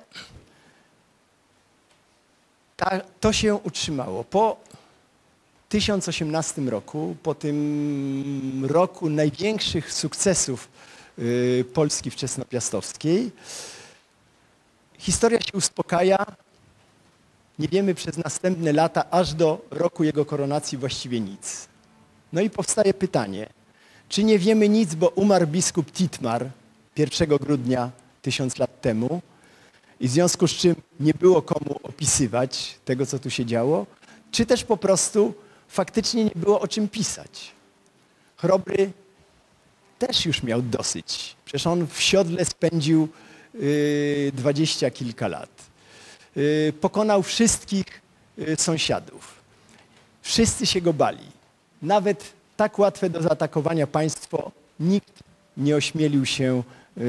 ta, to się utrzymało. Po tysiąc osiemnastym roku, po tym roku największych sukcesów y, Polski wczesnopiastowskiej, historia się uspokaja, nie wiemy przez następne lata, aż do roku jego koronacji właściwie nic. No i powstaje pytanie, czy nie wiemy nic, bo umarł biskup Titmar pierwszego grudnia tysiąc lat temu i w związku z czym nie było komu opisywać tego, co tu się działo, czy też po prostu faktycznie nie było o czym pisać. Chrobry też już miał dosyć. Przecież on w siodle spędził yy, dwadzieścia kilka lat. Yy, pokonał wszystkich yy, sąsiadów. Wszyscy się go bali. Nawet tak łatwe do zaatakowania państwo nikt nie ośmielił się,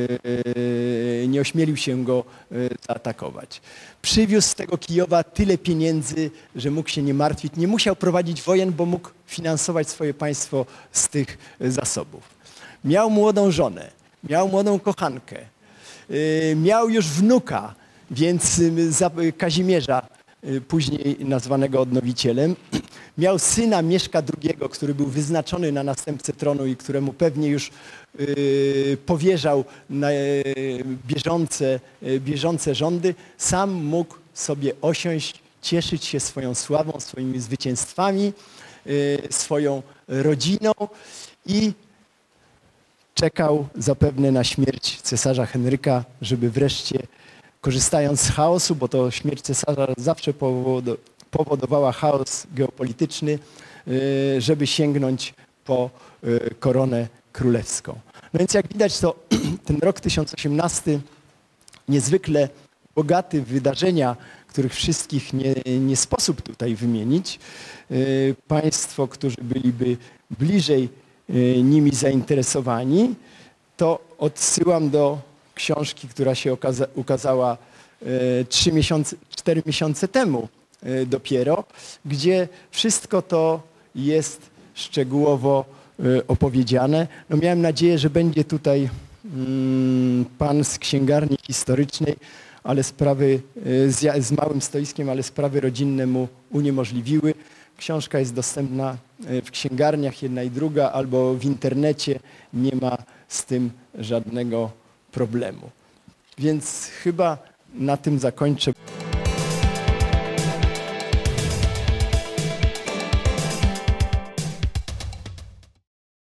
yy, nie ośmielił się go yy, zaatakować. Przywiózł z tego Kijowa tyle pieniędzy, że mógł się nie martwić. Nie musiał prowadzić wojen, bo mógł finansować swoje państwo z tych zasobów. Miał młodą żonę, miał młodą kochankę, yy, miał już wnuka, więc yy, Kazimierza, yy, później nazwanego odnowicielem. Miał syna Mieszka drugiego, który był wyznaczony na następcę tronu i któremu pewnie już yy, powierzał na, yy, bieżące, yy, bieżące rządy. Sam mógł sobie osiąść, cieszyć się swoją sławą, swoimi zwycięstwami, yy, swoją rodziną i czekał zapewne na śmierć cesarza Henryka, żeby wreszcie, korzystając z chaosu, bo to śmierć cesarza zawsze powodowała, powodowała chaos geopolityczny, żeby sięgnąć po koronę królewską. No więc jak widać, to ten rok tysiąc osiemnasty niezwykle bogaty w wydarzenia, których wszystkich nie, nie sposób tutaj wymienić. Państwo, którzy byliby bliżej nimi zainteresowani, to odsyłam do książki, która się okaza, ukazała trzy miesiące, cztery miesiące temu dopiero, gdzie wszystko to jest szczegółowo opowiedziane. No miałem nadzieję, że będzie tutaj mm, pan z księgarni historycznej, ale sprawy z, z małym stoiskiem, ale sprawy rodzinne mu uniemożliwiły. Książka jest dostępna w księgarniach, jedna i druga, albo w internecie. Nie ma z tym żadnego problemu. Więc chyba na tym zakończę.